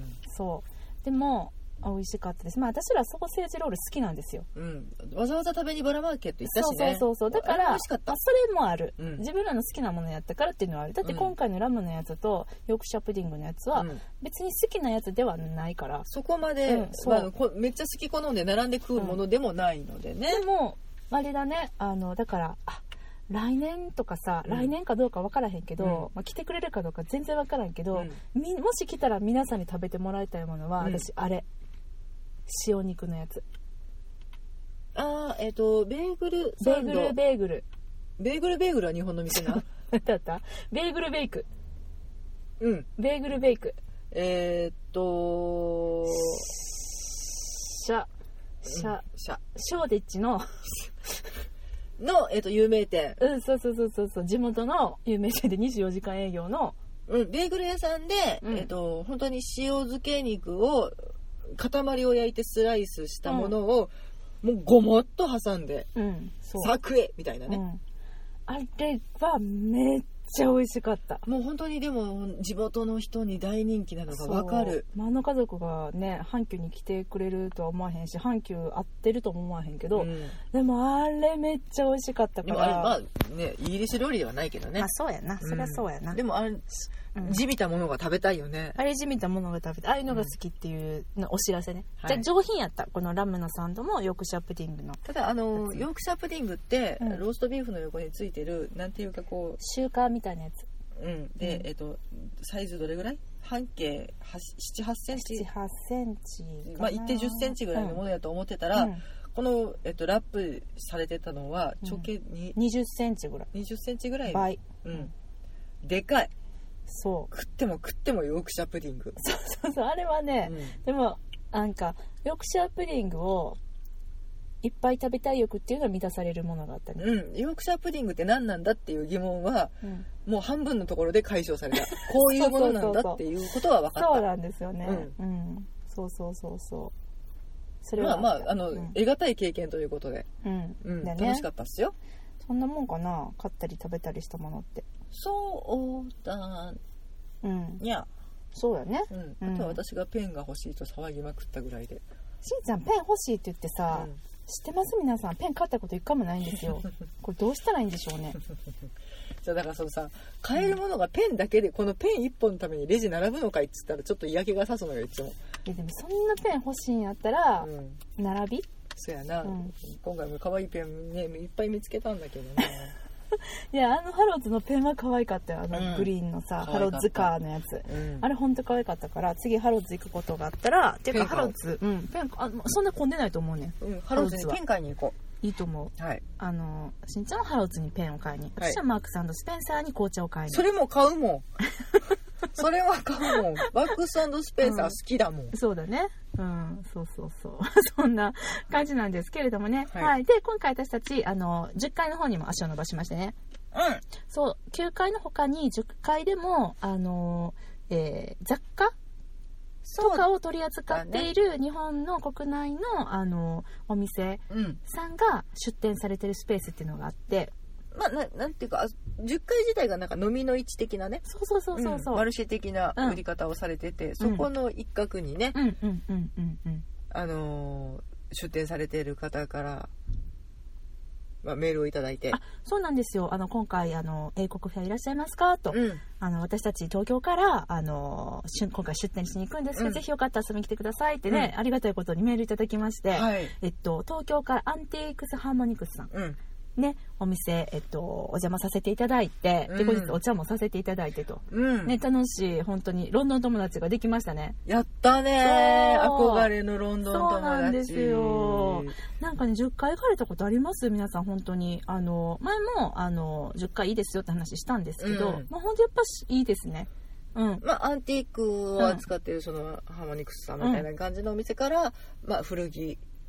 そうでも美味しかったです。まあ私らソーセージロール好きなんですよ、 うん、わざわざ食べにバラマーケット行ったしね。 そうそうそうそう、だから美味しかった。 それもある、うん、自分らの好きなものやったからっていうのはある。だって今回のラムのやつとヨークシャプディングのやつは別に好きなやつではないから、うん、 そこまで、うんまあ、めっちゃ好き好んで並んで食うものでもないのでね、 うん、でもあれだね、あのだからあ来年とかさ、うん、来年かどうか分からへんけど、うんまあ、来てくれるかどうか全然分からんけど、うん、みもし来たら皆さんに食べてもらいたいものは、うん、私あれ塩肉のやつ。 ああ、えっ、ー、とベーグルサンド。 ベーグルベーグルベーグルベーグルは日本の店なだったベーグルベイク。 うんベーグルベイク。 えっ、ー、とシャシャ、うん、シャショーディッチのの、えー、と有名店。 うんそうそうそうそうそう、地元の有名店でにじゅうよじかん営業の、 うん、ベーグル屋さんで、うん、えっ、ー、と本当に塩漬け肉を塊を焼いてスライスしたものを、うん、もうごもっと挟んで、うん、そうサクエみたいなね、うん、 あれはめっちゃ美味しかった。 もう本当にでも地元の人に大人気なのが分かる。 あの家族がね阪急に来てくれるとは思わへんし、阪急合ってるとも思わへんけど、うん、でもあれめっちゃ美味しかったから。でもあれまあねイギリス料理ではないけどね。 あそうやな、そりゃそうやな、 うん、でもあれうん、地味たものが食べたいよね。 あれ地味たものが食べたい、ああいうのが好きっていうのお知らせね、うん、じゃあ上品やったこのラムのサンドもヨークシャプディングの。 ただあのヨークシャプディングって、うん、ローストビーフの横についてるなんていうかこうシューカーみたいなやつ、 うんで、うん、えっとサイズどれぐらい半径ななはちセンチななはちセンチまあいってんじゅっセンチぐらいのものやと思ってたら、うん、この、えっと、ラップされてたのは直径に、 うん、にじゅっセンチぐらいにじゅっセンチぐらい倍、 うん、でかい。 そう食っても食ってもヨークシャプディング。 そうそうそう、あれはね、うん、でもなんかヨークシャプディングをいっぱい食べたい欲っていうのは満たされるものがあったね。 うん、ヨークシャプディングって何なんだっていう疑問は、うん、もう半分のところで解消された。こういうものなんだっていうことは分かった。 そうなんですよね。うん、うん、そうそうそうそう。 それはまあまああの、うん、得難い経験ということで、うんうん、楽しかったっすよ。 そんなもんかな、買ったり食べたりしたものって。 そうだ、うん、いやそうやね、 うん、あとは私がペンが欲しいと騒ぎまくったぐらいで。 しんちゃんペン欲しいって言ってさ、うん、知ってます皆さん、ペン買ったこと一回もないんですよこれどうしたらいいんでしょうねじゃあだからそのさ、買えるものがペンだけで、このペン一本のためにレジ並ぶのかいっつったらちょっと嫌気がさすのよいつも。 いやでもそんなペン欲しいんやったら、うん、並びそうやな、うん、今回も可愛いペンねいっぱい見つけたんだけどねいやあのハローズのペンは可愛かったよ、あのグリーンのさ、うん、ハローズカーのやつ、うん、あれほんと可愛かったから、次ハローズ行くことがあったらっていうかハローズ、うん、ペンあそんな混んでないと思うね、 うん、ハローズにペン買いに行こう。いいと思う、はい、あのしんちゃんはハローズにペンを買いに、 はい、 私はマークス&スペンサーに紅茶を買いに。 それも買うもんそれは買うもん。バックス&スペンサー好きだもん、 うん、そうだね、うん、そうそうそうそんな感じなんですけれどもね、はい、はい、で今回私たちあのじゅっかいの方にも足を伸ばしましてね、うん、そうきゅうかいの他にじゅっかいでもあの、えー、雑貨とかを取り扱っている日本の国内 の, あのお店さんが出店されているスペースっていうのがあって、 まあ、な, なんていうかじゅっかい自体がなんか飲みの市的なね、 そうそうそうそうそう、 うん、マルシェ的な売り方をされてて、うん、そこの一角にね、あのー、出店されている方からまあ、メールをいただいて。 あ、そうなんですよ。あの今回あの英国フェアいらっしゃいますかと、うん、あの私たち東京からあの今回出店しに行くんですが、うん、ぜひよかったら遊びに来てくださいってね、うん、ありがたいことにメールいただきまして、はい、えっと東京からアンティークスハーモニクスさん、うんね、お店、えっと、お邪魔させていただいて、うん、で後日お茶もさせていただいてと、うんね、楽しい本当にロンドン友達ができましたね。 やったね、憧れのロンドン友達。そうなんですよ。なんかねじゅっかい行かれたことあります皆さん？本当にあの前もあのじゅっかいいいですよって話したんですけど、うん、まあ、本当やっぱいいですね。うん、 まあ、アンティークを扱っているそのハーモニクスさんみたいな感じのお店から、うん、まあ、古着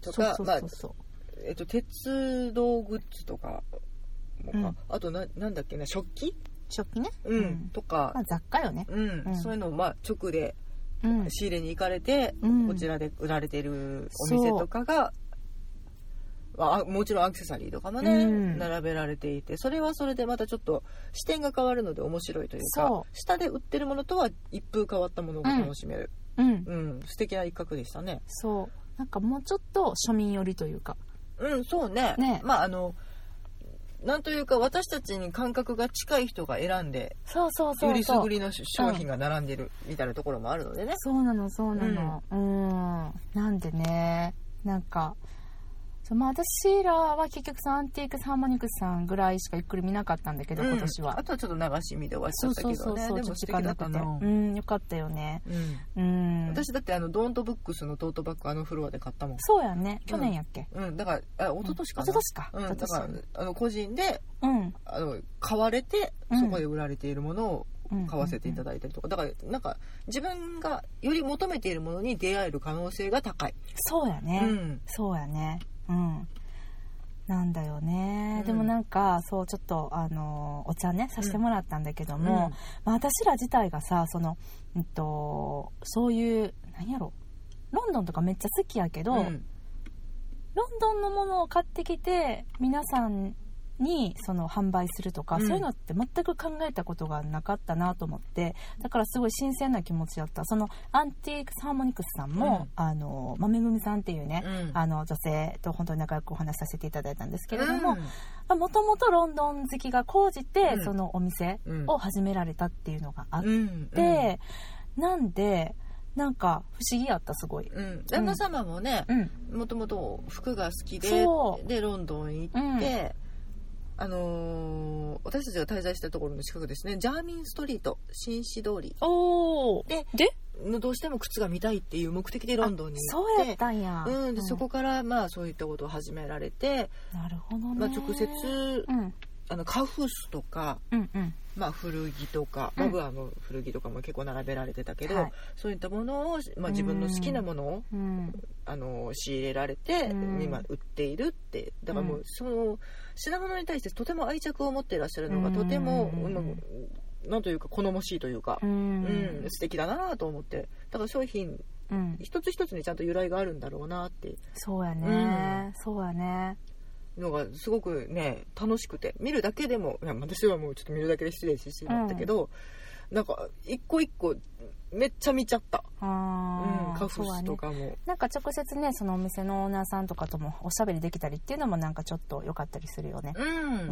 とか、まあ、えっと、鉄道グッズとかもか、うん、あとな、なんだっけな、食器食器ね、 うんうん、とか、 まあ、雑貨よね、 うんうん、そういうのをまあ直で仕入れに行かれて、うん、こちらで売られているお店とかが、あ、もちろんアクセサリーとかもね、うん、並べられていて、それはそれでまたちょっと視点が変わるので面白いというか、下で売ってるものとは一風変わったものが楽しめる、うんうん、素敵な一角でしたね。 そう、なんかもうちょっと庶民寄りというか、 うん、そうね、ね、まああのなんというか私たちに感覚が近い人が選んで、 そうそうそうそう、 よりすぐりの商品が並んでるみたいなところもあるのでね、 そうなのそうなの、うん、うん、なんでね、なんかそう、まあ、私らは結局アンティークスハーモニクスさんぐらいしかゆっくり見なかったんだけど、うん、今年はあとはちょっと流し見で終わっちゃったけどね。そうそうそう、でも素敵だったな。 うん、よかったよね、 うん、うん、私だってあのドーントブックスのトートバッグあのフロアで買ったもん。 そうやね、去年やっけ、 うん、うん、だからあ一昨年かな、 一昨年か、 うん、だからあの個人で、うん、あの買われてそこで売られているものを買わせていただいたりとか、だからなんか自分がより求めているものに出会える可能性が高い。 そうやね、うん、そうやね、うん、なんだよね、うん、でもなんかそうちょっとあのお茶ねさせてもらったんだけども、うん、まあ、私ら自体がさその、うんと、そういう何やろロンドンとかめっちゃ好きやけど、うん、ロンドンのものを買ってきて皆さんにその販売するとか、うん、そういうのって全く考えたことがなかったなと思って、だからすごい新鮮な気持ちだった。そのアンティークスハーモニクスさんも、うん、あのまめぐみさんっていうね、うん、あの女性と本当に仲良くお話しさせていただいたんですけれども、もともとロンドン好きが高じて、うん、そのお店を始められたっていうのがあって、うんうん、なんでなんか不思議やった、すごい、うん、 旦那様もね、もともと服が好きででロンドン行って、うん、あのー、私たちが滞在したところの近くですね、ジャーミンストリート、紳士通りおででどうしても靴が見たいっていう目的でロンドンに行って、 そうやったんや、 うん、でそこからまあそういったことを始められて、 なるほどね、 まあ、直接、うん、あのカフスとか、うんうん、まあ、古着とか、うん、マブアの古着とかも結構並べられてたけど、はい、そういったものを、まあ、自分の好きなものを、うん、あの仕入れられて、うん、今売っているって、だからもう、うん、その品物に対してとても愛着を持っていらっしゃるのが、うん、とても、うん、なんというか好ましいというか、うんうん、素敵だなと思って、だから商品、うん、一つ一つにちゃんと由来があるんだろうなって。 そうやね、うん、そうやねのがすごくね楽しくて、見るだけでも、いや私はもうちょっと見るだけで失礼してしまったけど、うん、なんか一個一個めっちゃ見ちゃった。あ、うん、カフスとかも、ね、 なんか直接ねそのお店のオーナーさんとかともおしゃべりできたりっていうのもなんかちょっと良かったりするよね。うん、うん、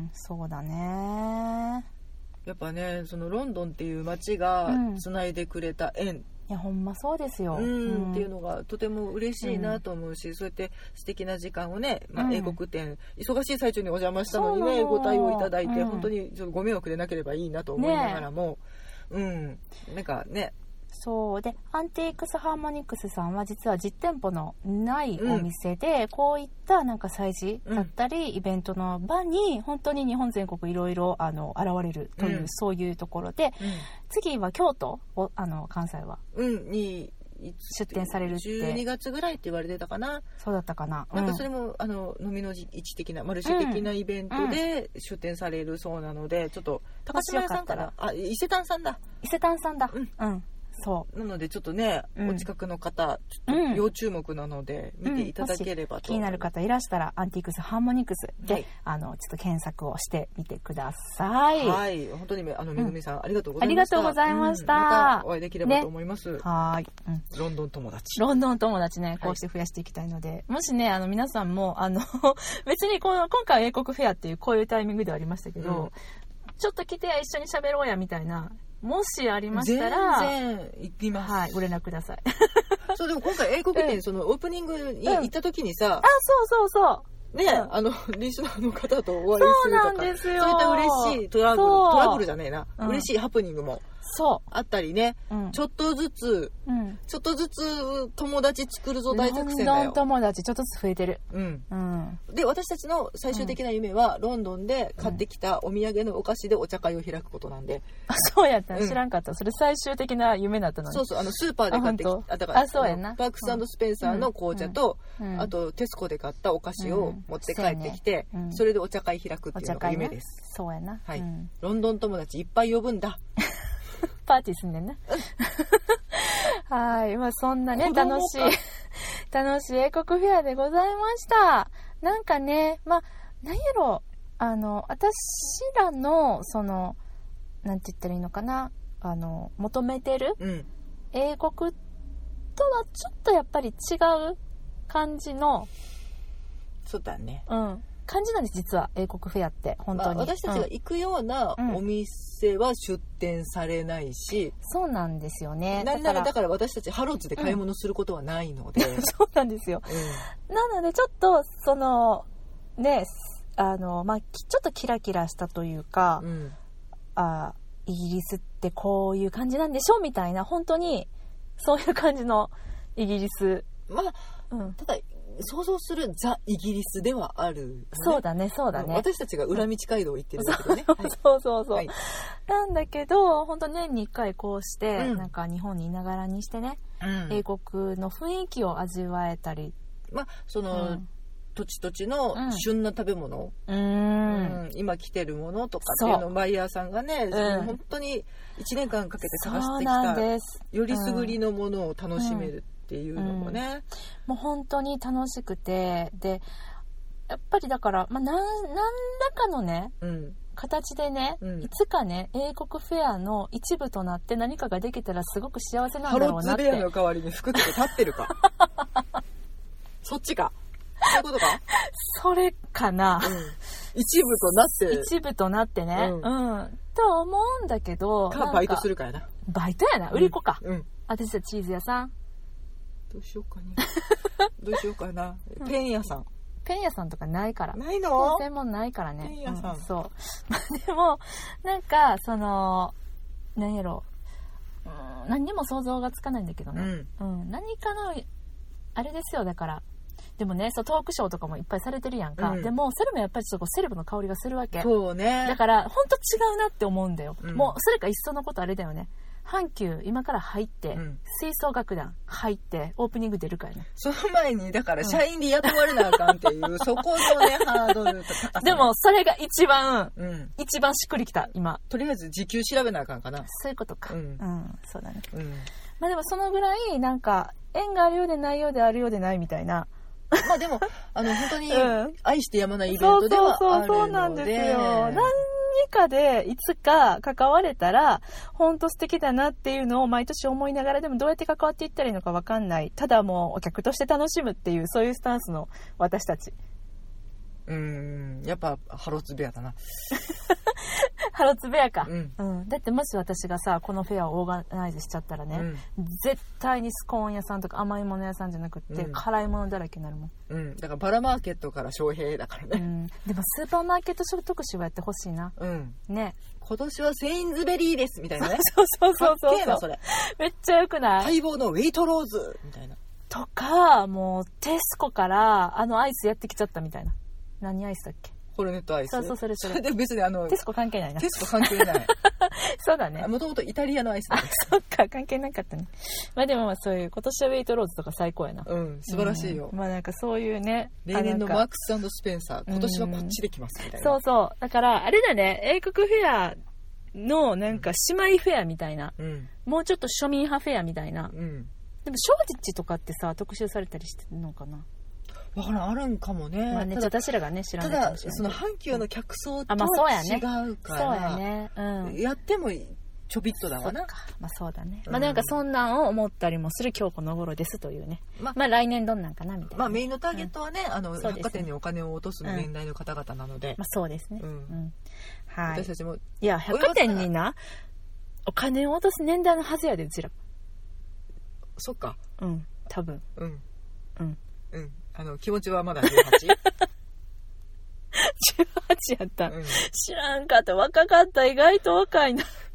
そうだね。 やっぱねそのロンドンっていう街がつないでくれた縁、うん、 いやほんまそうですよ、 うんうん、っていうのがとても嬉しいなと思うし、うん、そうやって素敵な時間をね、まあ、英国展、うん、忙しい最中にお邪魔したのにねご対応いただいて、うん、本当にちょっとご迷惑でなければいいなと思いながらも、ね、うんなんかねそうでアンティークスハーモニクスさんは実は実店舗のないお店で、うん、こういったなんか催事だったり、うん、イベントの場に本当に日本全国いろいろあの現れるという、うん、そういうところで、うん、次は京都をあの関西は、 うん、に出店されるってじゅうにがつぐらいって言われてたかな。 そうだったかな、 なんかそれも、うん、あの飲みの市的なマルシェ的なイベントで出店されるそうなので、うん、ちょっと高島屋さんかな、あ伊勢丹さんだ伊勢丹さんだ、うん、うんそうなのでちょっとね、うん、お近くの方ちょっと要注目なので見ていただければと、 うん、気になる方いらしたらアンティークスハーモニクスで、はい、あのちょっと検索をしてみてください。 はい本当にあのめぐみさん、うん、ありがとうございました。 ありがとうございました、うん、 またお会いできればと思います、 ね、はい、うん、 ロンドン友達ロンドン友達ねこうして増やしていきたいので、はい、もしねあの皆さんもあの別にこの今回英国フェアっていうこういうタイミングではありましたけど、うん、ちょっと来てや一緒に喋ろうやみたいなもしありましたら全然行きます、 はい、ご連絡くださいそうでも今回英国で、うん、そのオープニングに行った時にさ、うん、あそうそうそうね、うん、あのリスナーの方とお会いするとか、 そうなんですよ、 そういった嬉しいトラブルトラブルじゃねえな、うん、嬉しいハプニングもそうあったりね、うん、ちょっとずつ、うん、ちょっとずつ友達作るぞ大作戦だよ。 ロンドン友達ちょっとずつ増えてる、 うんうん、で私たちの最終的な夢は、うん、ロンドンで買ってきたお土産のお菓子でお茶会を開くことなんで、 あそうやった、うん、知らんかった。それ最終的な夢だったのに。 そうそう、あのスーパーで買ってきた、あだからあそうやな、 パークス&スペンサーの紅茶と、うんうん、あとテスコで買ったお菓子を持って帰ってきて、うん、それでお茶会開くっていうのが夢です。 そうやな、 はい、 うん、 ロンドン友達いっぱい呼ぶんだパーティーすんねんなはい、まあそんなね楽しい楽しい英国フェアでございました。なんかね、まあ何やろ、あの私らのそのなんて言ったらいいのかな、あの求めてる英国とはちょっとやっぱり違う感じの、 そうだね、 うん感じなんです実は英国フェアって本当に、 まあ、私たちが行くようなお店は出店されないし、うん、 そうなんですよね。 なんならだから私たちハロッズで買い物することはないので、 うん、そうなんですよ、うん、なのでちょっとそのねあの、まあ、ちょっとキラキラしたというか、うん、あイギリスってこういう感じなんでしょみたいな、本当にそういう感じのイギリス、 まあ、うん、ただ想像するザ・イギリスではある、ね、 そうだねそうだね、 私たちが裏道街道を行ってるんだけどね、 うんはい、そうそうそう、はい、なんだけど本当年にいっかいこうして、うん、なんか日本にいながらにしてね、うん、英国の雰囲気を味わえたり、 まあその、うん、土地土地の旬な食べ物、うんうん、今来てるものとかっていうのをバイヤーさんがね、うん、本当にいちねんかんかけて探してきたよりすぐりのものを楽しめる、うんっていうのもね、 うん、もう本当に楽しくて、でやっぱりだから、まあ、何, 何らかのね、うん、形でね、うん、いつかね英国フェアの一部となって何かができたらすごく幸せなんだろうなって。 ハロッズベアの代わりに服着て立ってるかそっちか、そういうことかそれかな、うん、 一部となって一部となってね、うん、うん、と思うんだけど、 かバイトするかやな。 バイトやな、売り子か、うんうん、私たちチーズ屋さんどうしようかねどうしようかなペン屋さん、 ペン屋さんとかないから、 ないの専門ないからね、 ペン屋さん、 うん、そうでもなんかその何やろ、うん、何にも想像がつかないんだけどね、うんうん、何かのあれですよ。だからでもね、そうトークショーとかもいっぱいされてるやんか、うん、でもそれもやっぱりちょっとセレブの香りがするわけ。 そうね、 だから本当違うなって思うんだよ、うん、もうそれかいっそのことあれだよね、阪急今から入って、うん、吹奏楽団入ってオープニング出るからね。 その前にだから社員で雇われなあかんっていう、うん、そこのねハードルと高さ、ね、 でもそれが一番、うん、一番しっくりきた今。 とりあえず時給調べなあかんかな。 そういうことか、うん、うん、そうだね、うん、まあでもそのぐらいなんか縁があるようでないようであるようでないみたいなまあでもあの本当に愛してやまないイベントではあるので、そうそうそうなんですよ。 何かでいつか関われたら本当素敵だなっていうのを毎年思いながら、でもどうやって関わっていったらいいのか分かんない、ただもうお客として楽しむっていう、そういうスタンスの私たち。 うーん、やっぱハロッズベアだなハロッズベアか、 うんうん、だってもし私がさこのフェアをオーガナイズしちゃったらね、うん、絶対にスコーン屋さんとか甘いもの屋さんじゃなくって、うん、辛いものだらけになるもん、 うん、だからバラマーケットから翔平だからね、 うん、でもスーパーマーケット特集はやってほしいな、 うん、 ね、 今年はセインズベリーですみたいなねそうそうそうそうそう、 かっけーなそれ、 めっちゃよくない？ 待望のウェイトローズみたいなとか、もうテスコからあのアイスやってきちゃったみたいな。何アイスだっけ？ ホルネットアイス。 そうそう、それそれ。 それで別にあのテスコ関係ないな。 テスコ関係ないそうだね。 もともとイタリアのアイスだ、ね、 あ、そっか、関係なかったね。まあでもそういう今年はウェイトローズとか最高やな。 うん素晴らしいよ、 うん、まあなんかそういうね、 例年のマークス&スペンサー、今年はこっちで来ますみたいな、 そうそう、だからあれだね、英国フェアのなんか姉妹フェアみたいな、うん、もうちょっと庶民派フェアみたいな、うん、でもショーティッチとかってさ特集されたりしてるのかな。 わからん、あるんかもね。 まあね、私らがね知らないかもしれない。 ただその阪急の客層とは違うから、 そうやね、うん、 やってもちょびっとだわな。 そうか、まあそうだね、うん、まあなんかそんなんを思ったりもする今日この頃ですというね、まあ、まあ来年どんなんかなみたいな、 まあメインのターゲットはね、うん、あの百貨店にお金を落とす年代の方々なので、うん、 まあそうですね、うんうん、はい、 私たちもいや百貨店になお金を落とす年代のはずやで、うちら。 そっか、 うん多分、 うんうんうん、あの気持ちはまだじゅうはち じゅうはちやった、うん、知らんかった、若かった、意外と若いな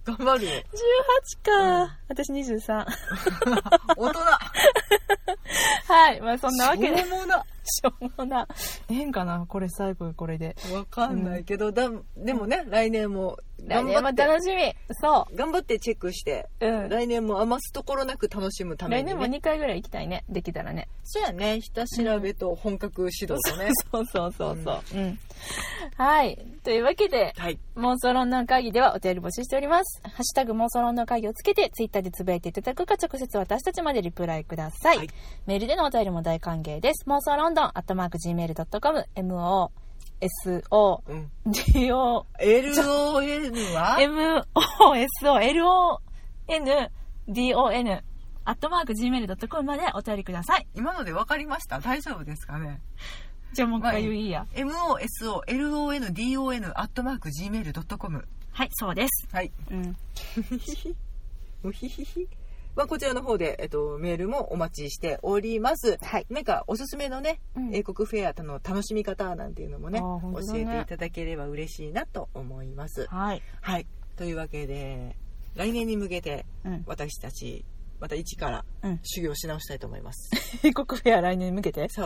頑張るよ。 じゅうはちか、うん、私にじゅうさん。 大人。 はい、まあそんなわけで。 しょうもな。 しょうもな。ええんかなこれ最後これで。 わかんないけど、うん、だでもね、来年も来年も楽しみ。そう。 頑張ってチェックして、うん、来年も余すところなく楽しむために、ね。 来年もにかいぐらい行きたいね。できたらね。 そうやね。下調べと本格指導とね。 そうそうそうそう。うん。うん、はい。というわけで、はい、妄想論の会議ではお便り募集しております。ハッシュタグ妄想論の会議をつけてツイッターでつぶやいていただくか、直接私たちまでリプライください。はい、メールでのお便りも大歓迎です。妄想ロンドンアットマーク ジーメールドットコム エムオーエスオーディーオーエルオーエヌ はエムオーエスオーエルオーエヌディーオーエヌ アットマーク ジーメールドットコム までお便りください。 今ので分かりました？大丈夫ですかね？ じゃあもう一回言ういいや。 エムオーエスオーエルオーエヌディーオーエヌ アットマーク ジーメールドットコム。 はい、そうです。 はい。うん。むひひひ。まあ、こちらの方で、えっと、メールもお待ちしております。はい。なんか、おすすめのね、うん、英国フェアの楽しみ方なんていうのもね、ね教えていただければ嬉しいなと思います。 はい。 はい。というわけで、来年に向けて、うん、私たち、また一から修行し直したいと思います。 うん、英国フェア来年に向けて？ そう。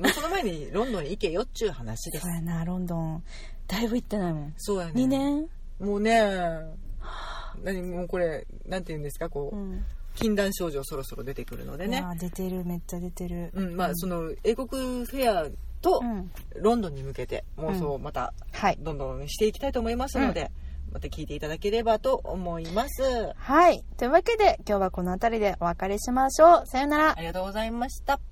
その前にロンドンに行けよっちゅう話です。 そうやな、ロンドン。だいぶ行ってないもん。 そうやね。 にねん？ もうね、何もうこれ、なんていうんですか、こう、うん、禁断症状そろそろ出てくるのでね。 出てる、めっちゃ出てる。 うん、まあ、うん、その英国フェアとロンドンに向けて妄想をまたどんどんしていきたいと思いますので、うん、また聞いていただければと思います。 はい。というわけで今日はこの辺りでお別れしましょう。さよなら。 ありがとうございました。